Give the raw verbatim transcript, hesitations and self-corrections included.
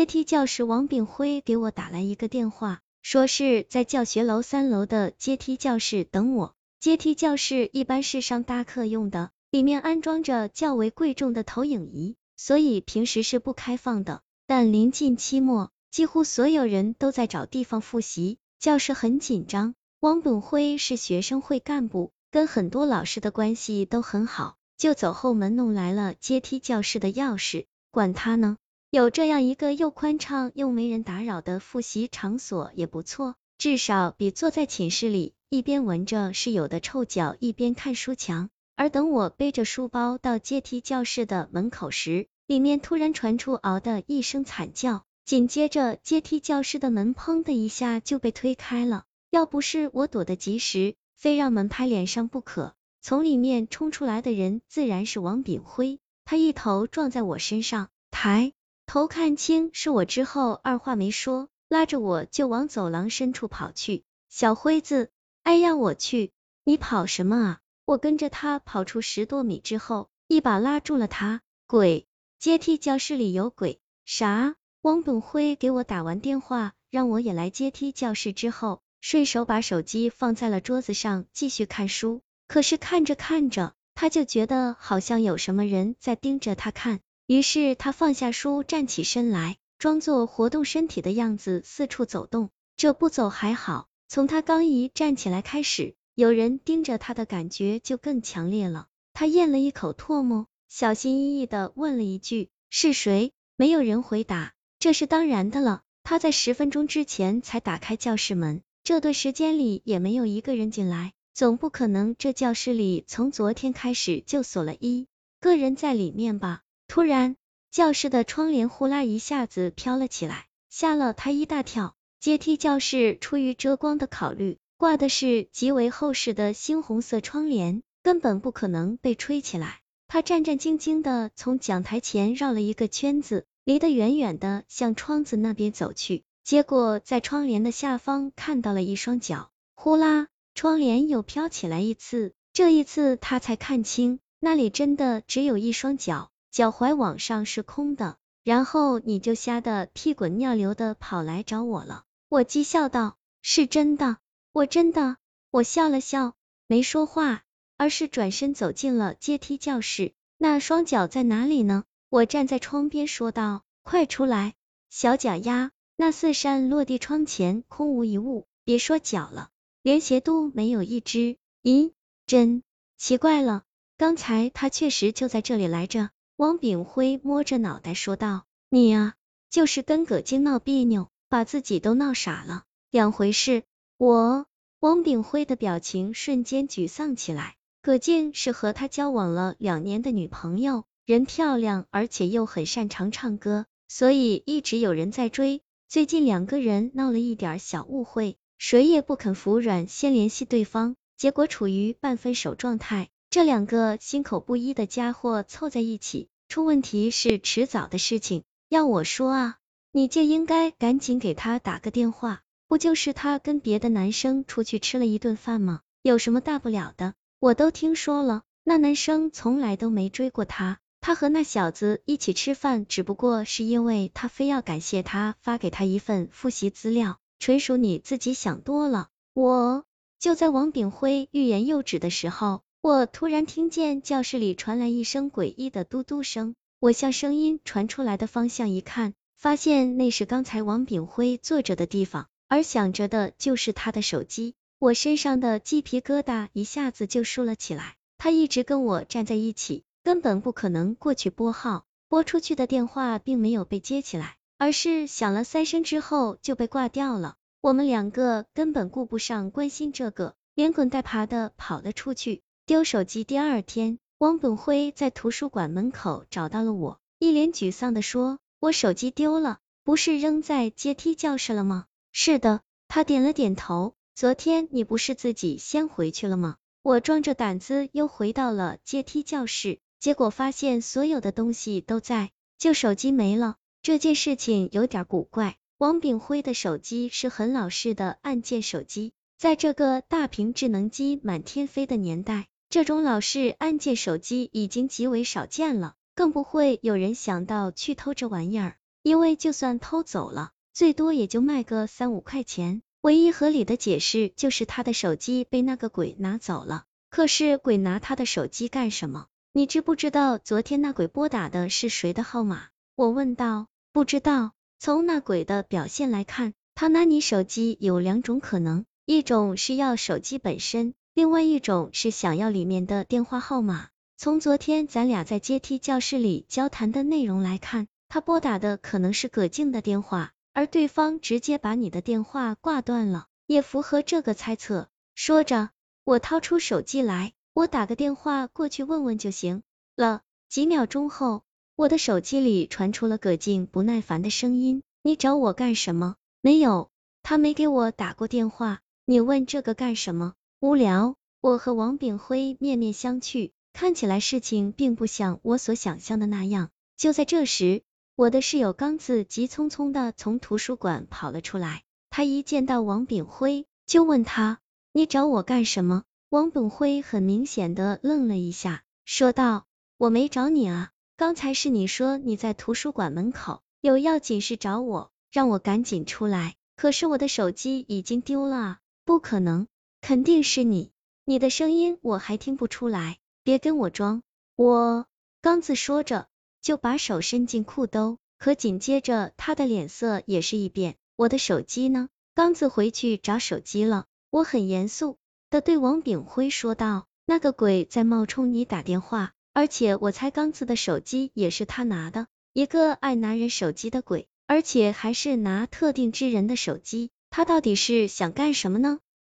阶梯教室王炳辉给我打来一个电话，说是在教学楼三楼的阶梯教室等我。阶梯教室一般是上大课用的，里面安装着较为贵重的投影仪，所以平时是不开放的。但临近期末，几乎所有人都在找地方复习，教室很紧张。王炳辉是学生会干部，跟很多老师的关系都很好，就走后门弄来了阶梯教室的钥匙，管他呢。有这样一个又宽敞又没人打扰的复习场所也不错，至少比坐在寝室里一边闻着室友的臭脚一边看书强。而等我背着书包到阶梯教室的门口时，里面突然传出嗷的一声惨叫，紧接着阶梯教室的门砰的一下就被推开了。要不是我躲得及时，非让门拍脸上不可。从里面冲出来的人自然是王炳辉，他一头撞在我身上，抬头看清是我之后，二话没说，拉着我就往走廊深处跑去。小辉子，哎呀我去，你跑什么啊？我跟着他跑出十多米之后，一把拉住了他。鬼，阶梯教室里有鬼。啥？汪炳辉给我打完电话，让我也来阶梯教室之后，顺手把手机放在了桌子上，继续看书。可是看着看着，他就觉得好像有什么人在盯着他看。于是他放下书，站起身来，装作活动身体的样子四处走动。这不走还好，从他刚一站起来开始，有人盯着他的感觉就更强烈了。他咽了一口唾沫，小心翼翼地问了一句：是谁？没有人回答，这是当然的了。他在十分钟之前才打开教室门，这段时间里也没有一个人进来，总不可能这教室里从昨天开始就锁了一个人在里面吧。突然，教室的窗帘呼啦一下子飘了起来，吓了他一大跳。阶梯教室出于遮光的考虑，挂的是极为厚实的猩红色窗帘，根本不可能被吹起来。他战战兢兢的从讲台前绕了一个圈子，离得远远的向窗子那边走去，结果在窗帘的下方看到了一双脚。呼啦，窗帘又飘起来一次，这一次他才看清，那里真的只有一双脚。脚踝往上是空的，然后你就吓得屁滚尿流的跑来找我了。我讥笑道，是真的，我真的。我笑了笑，没说话，而是转身走进了阶梯教室。那双脚在哪里呢？我站在窗边说道，快出来，小脚丫。那四扇落地窗前空无一物，别说脚了，连鞋都没有一只。咦，真奇怪了，刚才他确实就在这里来着。汪炳辉摸着脑袋说道，你呀，就是跟葛静闹别扭，把自己都闹傻了，两回事。我，汪炳辉的表情瞬间沮丧起来。葛静是和他交往了两年的女朋友，人漂亮，而且又很擅长唱歌，所以一直有人在追。最近两个人闹了一点小误会，谁也不肯服软，先联系对方，结果处于半分手状态。这两个心口不一的家伙凑在一起，出问题是迟早的事情。要我说啊，你就应该赶紧给他打个电话，不就是他跟别的男生出去吃了一顿饭吗？有什么大不了的？我都听说了，那男生从来都没追过他，他和那小子一起吃饭，只不过是因为他非要感谢他发给他一份复习资料，纯属你自己想多了。我就在王炳辉欲言又止的时候，我突然听见教室里传来一声诡异的嘟嘟声，我向声音传出来的方向一看，发现那是刚才王炳辉坐着的地方，而响着的就是他的手机。我身上的鸡皮疙瘩一下子就竖了起来，他一直跟我站在一起，根本不可能过去拨号，拨出去的电话并没有被接起来，而是响了三声之后就被挂掉了。我们两个根本顾不上关心这个，连滚带爬的跑了出去。丢手机第二天，汪炳辉在图书馆门口找到了我，一脸沮丧的说，我手机丢了，不是扔在阶梯教室了吗？是的，他点了点头，昨天你不是自己先回去了吗？我壮着胆子又回到了阶梯教室，结果发现所有的东西都在，就手机没了。这件事情有点古怪，汪炳辉的手机是很老式的按键手机，在这个大屏智能机满天飞的年代，这种老式按键手机已经极为少见了，更不会有人想到去偷这玩意儿。 因为就算偷走了，最多也就卖个三五块钱。唯一合理的解释就是他的手机被那个鬼拿走了。可是鬼拿他的手机干什么？你知不知道昨天那鬼拨打的是谁的号码？我问道。不知道，从那鬼的表现来看，他拿你手机有两种可能，一种是要手机本身，另外一种是想要里面的电话号码。从昨天咱俩在阶梯教室里交谈的内容来看，他拨打的可能是葛静的电话，而对方直接把你的电话挂断了，也符合这个猜测。说着，我掏出手机来，我打个电话过去问问就行了。几秒钟后，我的手机里传出了葛静不耐烦的声音，你找我干什么？没有，他没给我打过电话，你问这个干什么？无聊。我和王炳辉面面相觑，看起来事情并不像我所想象的那样。就在这时，我的室友刚子急匆匆的从图书馆跑了出来，他一见到王炳辉就问他，你找我干什么？王炳辉很明显的愣了一下，说道，我没找你啊，刚才是你说你在图书馆门口有要紧事找我，让我赶紧出来，可是我的手机已经丢了啊。不可能，肯定是你，你的声音我还听不出来，别跟我装。我刚子说着就把手伸进裤兜，可紧接着他的脸色也是一变，我的手机呢？刚子回去找手机了。我很严肃的对王炳辉说道，那个鬼在冒充你打电话，而且我猜刚子的手机也是他拿的，一个爱拿人手机的鬼，而且还是拿特定之人的手机，他到底是想干什么呢？